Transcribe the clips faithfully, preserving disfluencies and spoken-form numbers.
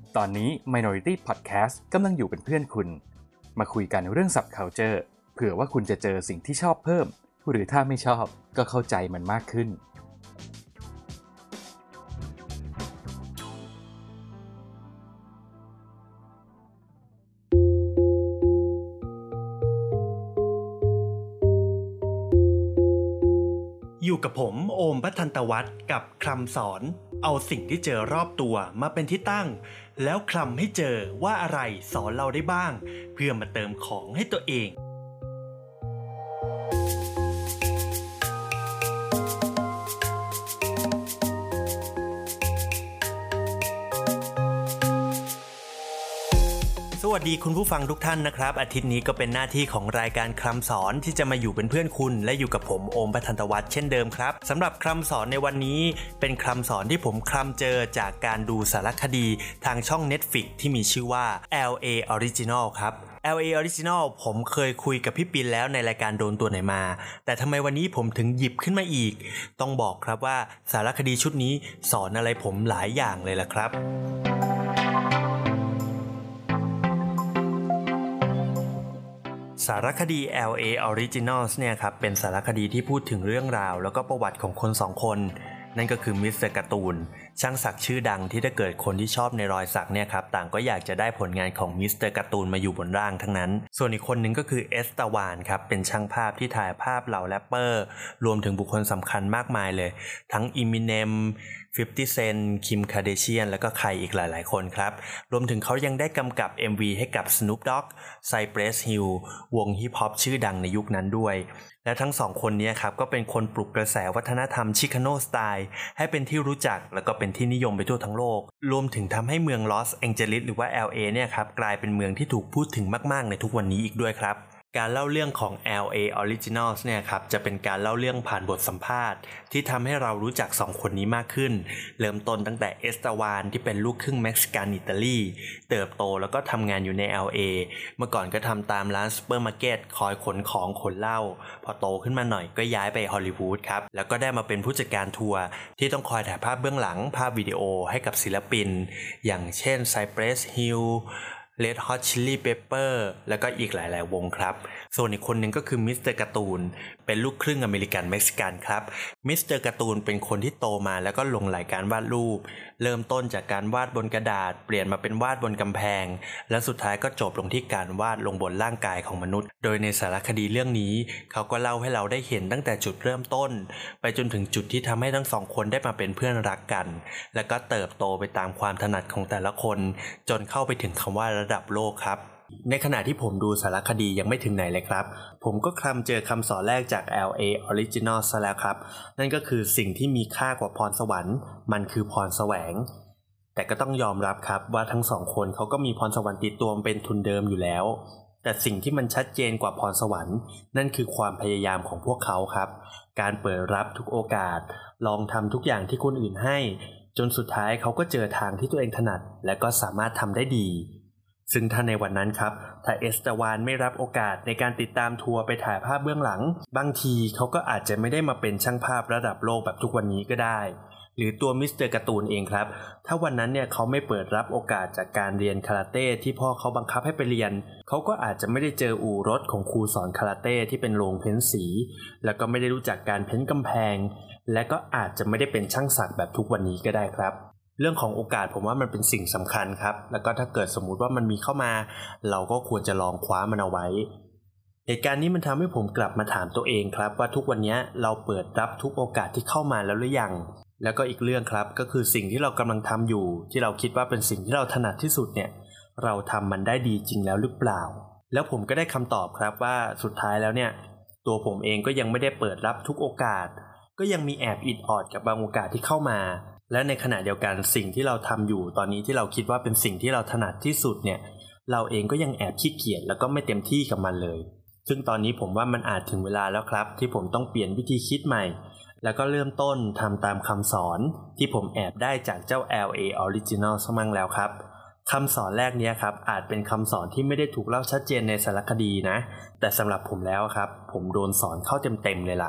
ตอนนี้ Minority Podcast กำลังอยู่เป็นเพื่อนคุณมาคุยกันเรื่อง Subculture เผื่อว่าคุณจะเจอสิ่งที่ชอบเพิ่มหรือถ้าไม่ชอบก็เข้าใจมันมากขึ้นอยู่กับผมโอมภัทันตวัฒน์กับคำสอนเอาสิ่งที่เจอรอบตัวมาเป็นที่ตั้งแล้วคลำให้เจอว่าอะไรสอนเราได้บ้างเพื่อมาเติมของให้ตัวเองสวัสดีคุณผู้ฟังทุกท่านนะครับอาทิตย์นี้ก็เป็นหน้าที่ของรายการคำสอนที่จะมาอยู่เป็นเพื่อนคุณและอยู่กับผมโอมภัทันตวัฒน์เช่นเดิมครับสำหรับคำสอนในวันนี้เป็นคำสอนที่ผมคลำเจอจากการดูสารคดีทางช่อง Netflix ที่มีชื่อว่า แอล เอ Original ครับ แอล เอ Original ผมเคยคุยกับพี่ปินแล้วในรายการโดนตัวไหนมาแต่ทำไมวันนี้ผมถึงหยิบขึ้นมาอีกต้องบอกครับว่าสารคดีชุดนี้สอนอะไรผมหลายอย่างเลยล่ะครับสารคดี แอล เอ Originals เนี่ยครับเป็นสารคดีที่พูดถึงเรื่องราวแล้วก็ประวัติของคนสองคนนั่นก็คือมิสเตอร์การ์ตูนช่างสักชื่อดังที่ถ้าเกิดคนที่ชอบในรอยสักเนี่ยครับต่างก็อยากจะได้ผลงานของมิสเตอร์การ์ตูนมาอยู่บนร่างทั้งนั้นส่วนอีกคนนึงก็คือเอสตาวานครับเป็นช่างภาพที่ถ่ายภาพเหล่าแรปเปอร์รวมถึงบุคคลสำคัญมากมายเลยทั้ง Eminem ฟิฟตี้ Cent คิม คาร์เดเชียนแล้วก็ใครอีกหลายๆคนครับรวมถึงเขายังได้กำกับ เอ็ม วี ให้กับ Snoop Dogg Cypress Hill วงฮิปฮอปชื่อดังในยุคนั้นด้วยและทั้งสองคนนี้ครับก็เป็นคนปลุกกระแสวัฒนธรรมชิคาโนสไตล์ให้เป็นที่รู้จักแล้วก็เป็นที่นิยมไปทั่วทั้งโลกรวมถึงทำให้เมืองลอสแองเจลิสหรือว่า แอล เอ เนี่ยครับกลายเป็นเมืองที่ถูกพูดถึงมากๆในทุกวันนี้อีกด้วยครับการเล่าเรื่องของ แอล เอ Originals เนี่ยครับจะเป็นการเล่าเรื่องผ่านบทสัมภาษณ์ที่ทำให้เรารู้จักสองคนนี้มากขึ้นเริ่มต้นตั้งแต่เอสตาวานที่เป็นลูกครึ่งเม็กซิกันอิตาลีเติบโตแล้วก็ทำงานอยู่ใน แอล เอ เมื่อก่อนก็ทำตามร้านซูเปอร์มาร์เก็ตคอยขนของขนเหล้าพอโตขึ้นมาหน่อยก็ย้ายไปฮอลลีวูดครับแล้วก็ได้มาเป็นผู้จัดการทัวร์ที่ต้องคอยถ่ายภาพเบื้องหลังภาพวิดีโอให้กับศิลปินอย่างเช่น Cypress Hill Red Hot Chili Pepper แล้วก็อีกหลายๆวงครับส่วนอีกคนหนึ่งก็คือมิสเตอร์การ์ตูนเป็นลูกครึ่งอเมริกันเม็กซิกันครับมิสเตอร์การ์ตูนเป็นคนที่โตมาแล้วก็หลงใหลการวาดรูปเริ่มต้นจากการวาดบนกระดาษเปลี่ยนมาเป็นวาดบนกำแพงและสุดท้ายก็จบลงที่การวาดลงบนร่างกายของมนุษย์โดยในสารคดีเรื่องนี้เขาก็เล่าให้เราได้เห็นตั้งแต่จุดเริ่มต้นไปจนถึงจุดที่ทำให้ทั้งสองคนได้มาเป็นเพื่อนรักกันแล้วก็เติบโตไปตามความถนัดของแต่ละคนจนเข้าไปถึงคำว่าระดับโลกครับในขณะที่ผมดูสารคดียังไม่ถึงไหนเลยครับผมก็คลำเจอคำสอนแรกจาก แอล เอ Original ซะแล้วครับนั่นก็คือสิ่งที่มีค่ากว่าพรสวรรค์มันคือพรแสวงแต่ก็ต้องยอมรับครับว่าทั้งสองคนเขาก็มีพรสวรรค์ติดตัวเป็นทุนเดิมอยู่แล้วแต่สิ่งที่มันชัดเจนกว่าพรสวรรค์นั่นคือความพยายามของพวกเขาครับการเปิดรับทุกโอกาสลองทำทุกอย่างที่คนอื่นให้จนสุดท้ายเขาก็เจอทางที่ตัวเองถนัดและก็สามารถทำได้ดีซึ่งถ้าในวันนั้นครับถ้าเอสตาวานไม่รับโอกาสในการติดตามทัวร์ไปถ่ายภาพเบื้องหลังบางทีเขาก็อาจจะไม่ได้มาเป็นช่างภาพระดับโลกแบบทุกวันนี้ก็ได้หรือตัวมิสเตอร์การ์ตูนเองครับถ้าวันนั้นเนี่ยเขาไม่เปิดรับโอกาสจากการเรียนคาราเต้ที่พ่อเขาบังคับให้ไปเรียนเขาก็อาจจะไม่ได้เจออู่รถของครูสอนคาราเต้ที่เป็นโรงเพ้นสีแล้วก็ไม่ได้รู้จักการเพ้นกำแพงและก็อาจจะไม่ได้เป็นช่างสักแบบทุกวันนี้ก็ได้ครับเรื่องของโอกาสผมว่ามันเป็นสิ่งสำคัญครับแล้วก็ถ้าเกิดสมมุติว่ามันมีเข้ามาเราก็ควรจะลองคว้ามันเอาไว้เหตุการณ์นี้มันทำให้ผมกลับมาถามตัวเองครับว่าทุกวันนี้เราเปิดรับทุกโอกาสที่เข้ามาแล้วหรือยังแล้วก็อีกเรื่องครับก็คือสิ่งที่เรากำลังทำอยู่ที่เราคิดว่าเป็นสิ่งที่เราถนัดที่สุดเนี่ยเราทำมันได้ดีจริงแล้วหรือเปล่าแล้วผมก็ได้คำตอบครับว่าสุดท้ายแล้วเนี่ยตัวผมเองก็ยังไม่ได้เปิดรับทุกโอกาสก็ยังมีแอบอิดออดกับบางโอกาสที่เข้ามาและในขณะเดียวกันสิ่งที่เราทำอยู่ตอนนี้ที่เราคิดว่าเป็นสิ่งที่เราถนัดที่สุดเนี่ยเราเองก็ยังแอบขี้เกียจแล้วก็ไม่เต็มที่กับมันเลยซึ่งตอนนี้ผมว่ามันอาจถึงเวลาแล้วครับที่ผมต้องเปลี่ยนวิธีคิดใหม่แล้วก็เริ่มต้นทำตามคำสอนที่ผมแอบได้จากเจ้า แอล เอ Original ซะมั่งแล้วครับคำสอนแรกนี้ครับอาจเป็นคำสอนที่ไม่ได้ถูกเล่าชัดเจนในสารคดีนะแต่สำหรับผมแล้วครับผมโดนสอนเข้าเต็มๆเลยล่ะต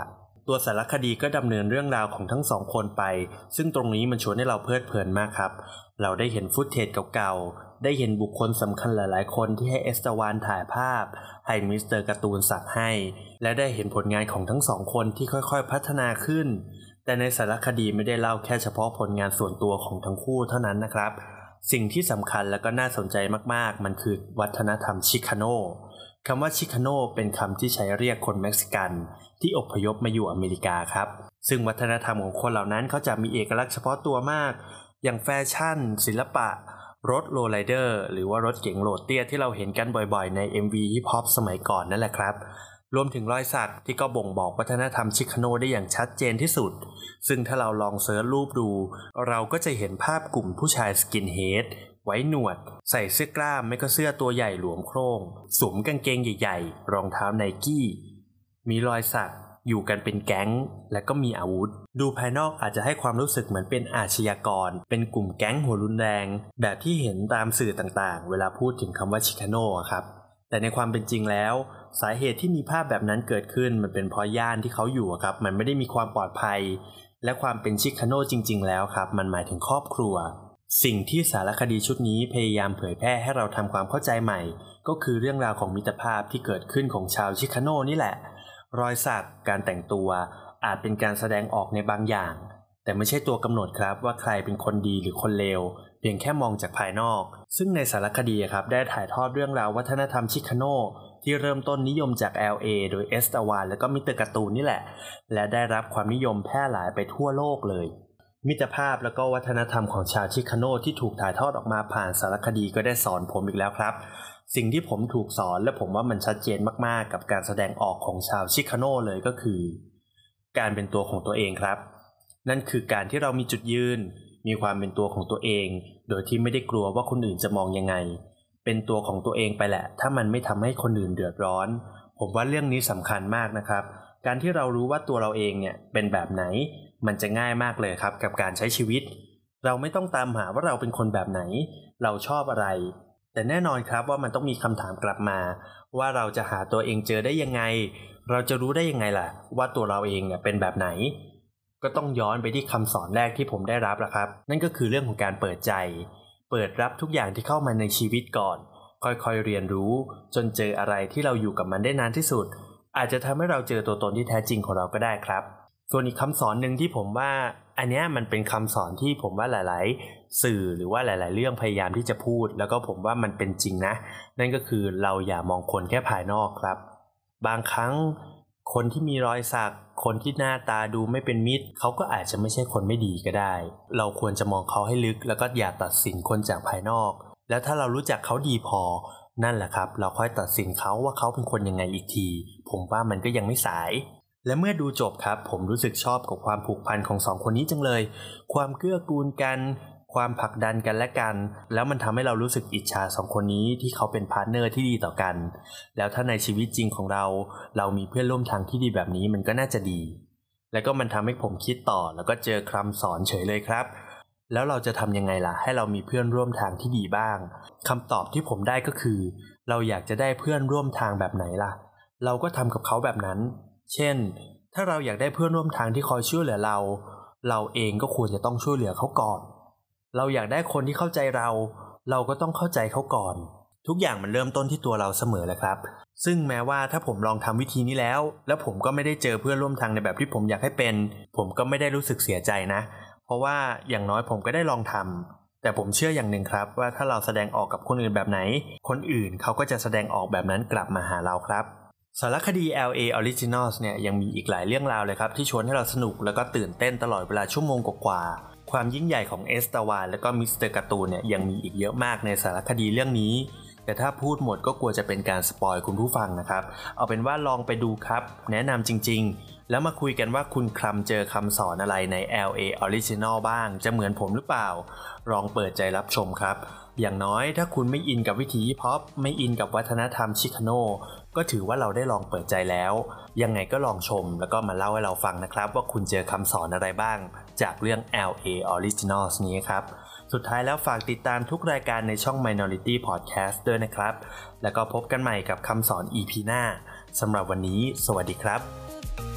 ตัวสารคดีก็ดำเนินเรื่องราวของทั้งสองคนไปซึ่งตรงนี้มันชวนให้เราเพลิดเพลินมากครับเราได้เห็นฟุตเทจเก่าๆได้เห็นบุคคลสำคัญหลายๆคนที่ให้เอสตาวานถ่ายภาพให้มิสเตอร์การ์ตูนสักให้และได้เห็นผลงานของทั้งสองคนที่ค่อยๆพัฒนาขึ้นแต่ในสารคดีไม่ได้เล่าแค่เฉพาะผลงานส่วนตัวของทั้งคู่เท่านั้นนะครับสิ่งที่สำคัญและก็น่าสนใจมากๆมันคือวัฒนธรรมชิคาโนคำว่าชิคาโนเป็นคำที่ใช้เรียกคนเม็กซิกันที่อพยพมาอยู่อเมริกาครับซึ่งวัฒนธรรมของคนเหล่านั้นเขาจะมีเอกลักษณ์เฉพาะตัวมากอย่างแฟชั่นศิลปะรถโรลไลเดอร์หรือว่ารถเก๋งโหลดเตี้ยที่เราเห็นกันบ่อยๆใน เอ็ม วี ฮิปฮอปสมัยก่อนนั่นแหละครับรวมถึงรอยสักที่ก็บ่งบอกวัฒนธรรมชิคาโนได้อย่างชัดเจนที่สุดซึ่งถ้าเราลองเสิร์ชรูปดูเราก็จะเห็นภาพกลุ่มผู้ชายสกินเฮดไว้หนวดใส่เสื้อกล้ามไม่ก็เสื้อตัวใหญ่หลวมโคร่งสวมกางเกงใหญ่ๆรองเท้าไนกี้มีรอยสักอยู่กันเป็นแก๊งและก็มีอาวุธดูภายนอกอาจจะให้ความรู้สึกเหมือนเป็นอาชญากรเป็นกลุ่มแก๊งหัวรุนแรงแบบที่เห็นตามสื่อต่างๆเวลาพูดถึงคำว่าชิคาโนครับแต่ในความเป็นจริงแล้วสาเหตุที่มีภาพแบบนั้นเกิดขึ้นมันเป็นเพราะย่านที่เขาอยู่ครับมันไม่ได้มีความปลอดภัยและความเป็นชิคาโนจริงๆแล้วครับมันหมายถึงครอบครัวสิ่งที่สารคดีชุดนี้พยายามเผยแพร่ให้เราทำความเข้าใจใหม่ก็คือเรื่องราวของมิตรภาพที่เกิดขึ้นของชาวชิคาโนนี่แหละรอยสักการแต่งตัวอาจเป็นการแสดงออกในบางอย่างแต่ไม่ใช่ตัวกำหนดครับว่าใครเป็นคนดีหรือคนเลวเพียงแค่มองจากภายนอกซึ่งในสารคดีครับได้ถ่ายทอดเรื่องราววัฒนธรรมชิคาโนที่เริ่มต้นนิยมจาก แอล เอ โดยเอสตาวานและก็มิสเตอร์การ์ตูนนี่แหละและได้รับความนิยมแพร่หลายไปทั่วโลกเลยมิตรภาพและก็วัฒนธรรมของชาวชิคาโนที่ถูกถ่ายทอดออกมาผ่านสารคดีก็ได้สอนผมอีกแล้วครับสิ่งที่ผมถูกสอนและผมว่ามันชัดเจนมากๆกับการแสดงออกของชาวชิคาโนเลยก็คือการเป็นตัวของตัวเองครับนั่นคือการที่เรามีจุดยืนมีความเป็นตัวของตัวเองโดยที่ไม่ได้กลัวว่าคนอื่นจะมองยังไงเป็นตัวของตัวเองไปแหละถ้ามันไม่ทำให้คนอื่นเดือดร้อนผมว่าเรื่องนี้สำคัญมากนะครับการที่เรารู้ว่าตัวเราเองเนี่ยเป็นแบบไหนมันจะง่ายมากเลยครับกับการใช้ชีวิตเราไม่ต้องตามหาว่าเราเป็นคนแบบไหนเราชอบอะไรแต่แน่นอนครับว่ามันต้องมีคำถามกลับมาว่าเราจะหาตัวเองเจอได้ยังไงเราจะรู้ได้ยังไงล่ะว่าตัวเราเองเนี่ยเป็นแบบไหนก็ต้องย้อนไปที่คำสอนแรกที่ผมได้รับละครับนั่นก็คือเรื่องของการเปิดใจเปิดรับทุกอย่างที่เข้ามาในชีวิตก่อนค่อยๆเรียนรู้จนเจออะไรที่เราอยู่กับมันได้นานที่สุดอาจจะทำให้เราเจอตัวตนที่แท้จริงของเราก็ได้ครับส่วนอีกคำสอนหนึ่งที่ผมว่าอันนี้มันเป็นคำสอนที่ผมว่าหลายๆสื่อหรือว่าหลายๆเรื่องพยายามที่จะพูดแล้วก็ผมว่ามันเป็นจริงนะนั่นก็คือเราอย่ามองคนแค่ภายนอกครับบางครั้งคนที่มีรอยสักคนที่หน้าตาดูไม่เป็นมิตรเขาก็อาจจะไม่ใช่คนไม่ดีก็ได้เราควรจะมองเขาให้ลึกแล้วก็อย่าตัดสินคนจากภายนอกแล้วถ้าเรารู้จักเขาดีพอนั่นแหละครับเราค่อยตัดสินเขาว่าเขาเป็นคนยังไงอีกทีผมว่ามันก็ยังไม่สายและเมื่อดูจบครับผมรู้สึกชอบกับความผูกพันของสองคนนี้จังเลยความเกื้อกูลกันความผลักดันกันและกันแล้วมันทำให้เรารู้สึกอิจฉาสองคนนี้ที่เขาเป็นพาร์ทเนอร์ที่ดีต่อกันแล้วถ้าในชีวิตจริงของเราเรามีเพื่อนร่วมทางที่ดีแบบนี้มันก็น่าจะดีแล้วก็มันทำให้ผมคิดต่อแล้วก็เจอคำสอนเฉยเลยครับแล้วเราจะทำยังไงล่ะให้เรามีเพื่อนร่วมทางที่ดีบ้างคำตอบที่ผมได้ก็คือเราอยากจะได้เพื่อนร่วมทางแบบไหนล่ะเราก็ทำกับเขาแบบนั้นเช่นถ้าเราอยากได้เพื่อนร่วมทางที่คอยช่วยเหลือเราเราเองก็ควรจะต้องช่วยเหลือเขาก่อนเราอยากได้คนที่เข้าใจเราเราก็ต้องเข้าใจเขาก่อนทุกอย่างมันเริ่มต้นที่ตัวเราเสมอแหละครับซึ่งแม้ว่าถ้าผมลองทำวิธีนี้แล้วแล้วผมก็ไม่ได้เจอเพื่อนร่วมทางในแบบที่ผมอยากให้เป็นผมก็ไม่ได้รู้สึกเสียใจนะเพราะว่าอย่างน้อยผมก็ได้ลองทำแต่ผมเชื่ออย่างหนึ่งครับว่าถ้าเราแสดงออกกับคนอื่นแบบไหนคนอื่นเขาก็จะแสดงออกแบบนั้นกลับมาหาเราครับสารคดี แอล เอ Originals เนี่ยยังมีอีกหลายเรื่องราวเลยครับที่ชวนให้เราสนุกแล้วก็ตื่นเต้นตลอดเวลาชั่วโมงกว่าๆความยิ่งใหญ่ของเอสตาวานและก็มิสเตอร์การ์ตูนเนี่ยยังมีอีกเยอะมากในสารคดีเรื่องนี้แต่ถ้าพูดหมดก็กลัวจะเป็นการสปอยคุณผู้ฟังนะครับเอาเป็นว่าลองไปดูครับแนะนำจริงๆแล้วมาคุยกันว่าคุณคลำเจอคำสอนอะไรใน แอล เอ Original บ้างจะเหมือนผมหรือเปล่าลองเปิดใจรับชมครับอย่างน้อยถ้าคุณไม่อินกับวิถีฮิปฮอปไม่อินกับวัฒนธรรมชิคาโนก็ถือว่าเราได้ลองเปิดใจแล้วยังไงก็ลองชมแล้วก็มาเล่าให้เราฟังนะครับว่าคุณเจอคำสอนอะไรบ้างจากเรื่อง แอล เอ Originals นี้ครับสุดท้ายแล้วฝากติดตามทุกรายการในช่อง Minority Podcast ด้วยนะครับแล้วก็พบกันใหม่กับคำสอน อี พี หน้าสำหรับวันนี้สวัสดีครับ